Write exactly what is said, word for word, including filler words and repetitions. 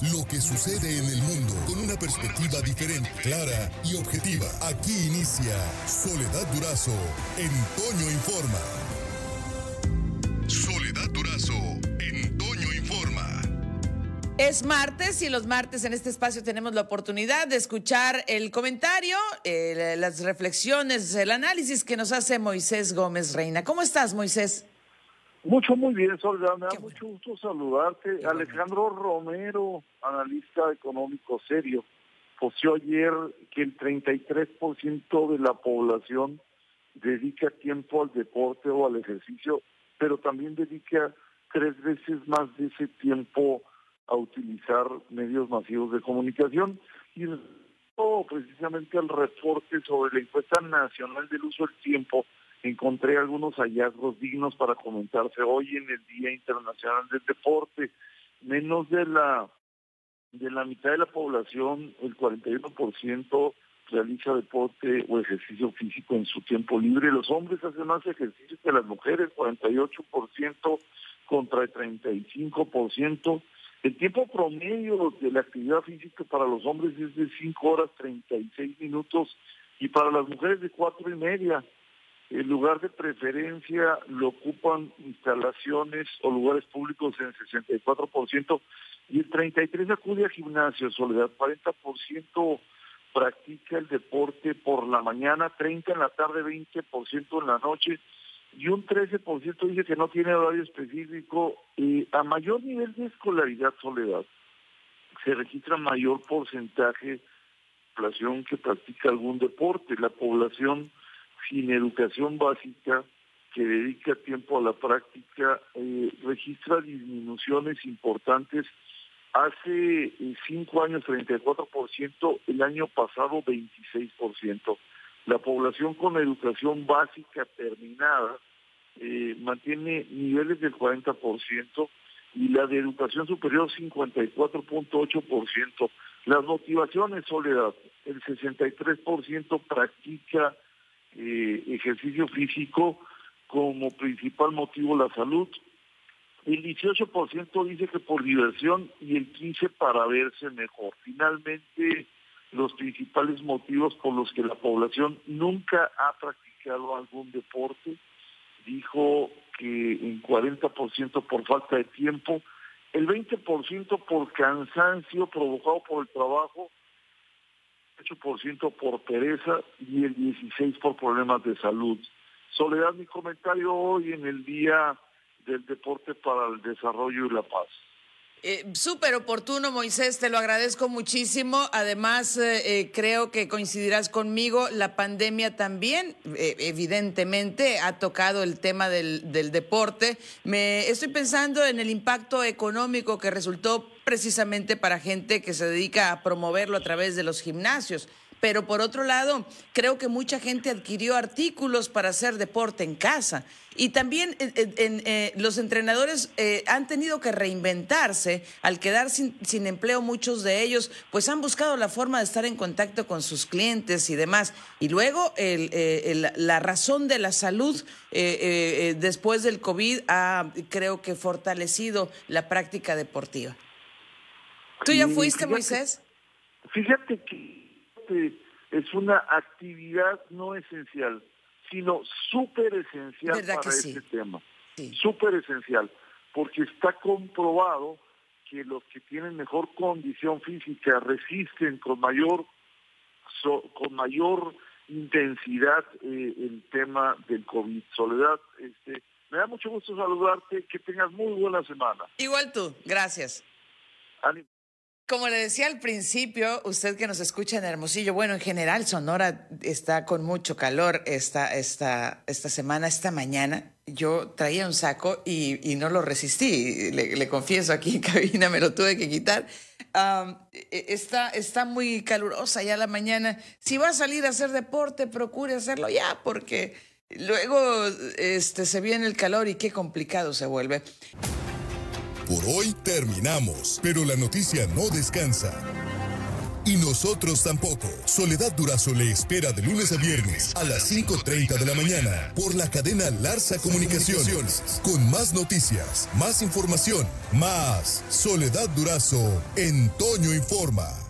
lo que sucede en el mundo con una perspectiva diferente, clara y objetiva. Aquí inicia Soledad Durazo en Toño Informa. Soledad Durazo en Toño Informa. Es martes y los martes en este espacio tenemos la oportunidad de escuchar el comentario, eh, las reflexiones, el análisis que nos hace Moisés Gómez Reina. ¿Cómo estás, Moisés? Mucho, muy bien, Soledad. Me da Qué mucho bueno. gusto saludarte. Qué Alejandro bueno. Romero, analista económico serio, posteó ayer que el treinta y tres por ciento de la población dedica tiempo al deporte o al ejercicio, pero también dedica tres veces más de ese tiempo a utilizar medios masivos de comunicación. Y oh, precisamente el reporte sobre la encuesta nacional del uso del tiempo, encontré algunos hallazgos dignos para comentarse hoy en el Día Internacional del Deporte. Menos de la de la mitad de la población, el cuarenta y uno por ciento, realiza deporte o ejercicio físico en su tiempo libre. Los hombres hacen más ejercicio que las mujeres, cuarenta y ocho por ciento contra el treinta y cinco por ciento. El tiempo promedio de la actividad física para los hombres es de cinco horas treinta y seis minutos y para las mujeres de cuatro y media. El lugar de preferencia lo ocupan instalaciones o lugares públicos en sesenta y cuatro por ciento y el treinta y tres por ciento acude a gimnasio, Soledad. cuarenta por ciento practica el deporte por la mañana, treinta por ciento en la tarde, veinte por ciento en la noche y un trece por ciento dice que no tiene horario específico. Eh, a mayor nivel de escolaridad, Soledad, se registra mayor porcentaje de población que practica algún deporte. La población sin educación básica que dedica tiempo a la práctica eh, registra disminuciones importantes. Hace eh, cinco años treinta y cuatro por ciento, el año pasado veintiséis por ciento. La población con educación básica terminada eh, mantiene niveles del cuarenta por ciento y la de educación superior cincuenta y cuatro punto ocho por ciento. Las motivaciones, Soledad, el sesenta y tres por ciento practica Eh, ejercicio físico como principal motivo la salud, el dieciocho por ciento dice que por diversión y el quince por ciento para verse mejor. Finalmente, los principales motivos por los que la población nunca ha practicado algún deporte, dijo que en cuarenta por ciento por falta de tiempo, el veinte por ciento por cansancio provocado por el trabajo, ocho por ciento por pereza y el dieciséis por ciento por problemas de salud. Soledad, mi comentario hoy en el Día del Deporte para el Desarrollo y la Paz. Eh, súper oportuno, Moisés, te lo agradezco muchísimo. Además, eh, eh, creo que coincidirás conmigo, la pandemia también, eh, evidentemente, ha tocado el tema del, del deporte. Me estoy pensando en el impacto económico que resultó precisamente para gente que se dedica a promoverlo a través de los gimnasios. Pero por otro lado, creo que mucha gente adquirió artículos para hacer deporte en casa. Y también en, en, eh, los entrenadores eh, han tenido que reinventarse. Al quedar sin, sin empleo muchos de ellos, pues han buscado la forma de estar en contacto con sus clientes y demás. Y luego el, eh, el, la razón de la salud eh, eh, después del COVID ha, creo que, fortalecido la práctica deportiva. ¿Tú ya fuiste, fíjate, Moisés? Fíjate que es una actividad no esencial, sino súper esencial para sí? este tema. Sí. Súper esencial, porque está comprobado que los que tienen mejor condición física resisten con mayor so, con mayor intensidad eh, el tema del COVID. Soledad, este, me da mucho gusto saludarte, que tengas muy buena semana. Igual tú, gracias. Ánimo. Como le decía al principio, usted que nos escucha en Hermosillo, bueno, en general Sonora está con mucho calor esta, esta, esta semana, esta mañana. Yo traía un saco y, y no lo resistí, le, le confieso, aquí en cabina me lo tuve que quitar. Um, está, está muy calurosa ya la mañana. Si va a salir a hacer deporte, procure hacerlo ya, porque luego este, se viene el calor y qué complicado se vuelve. Por hoy terminamos, pero la noticia no descansa. Y nosotros tampoco. Soledad Durazo le espera de lunes a viernes a las cinco treinta de la mañana por la cadena Larsa Comunicaciones. Con más noticias, más información, más Soledad Durazo en Toño Informa.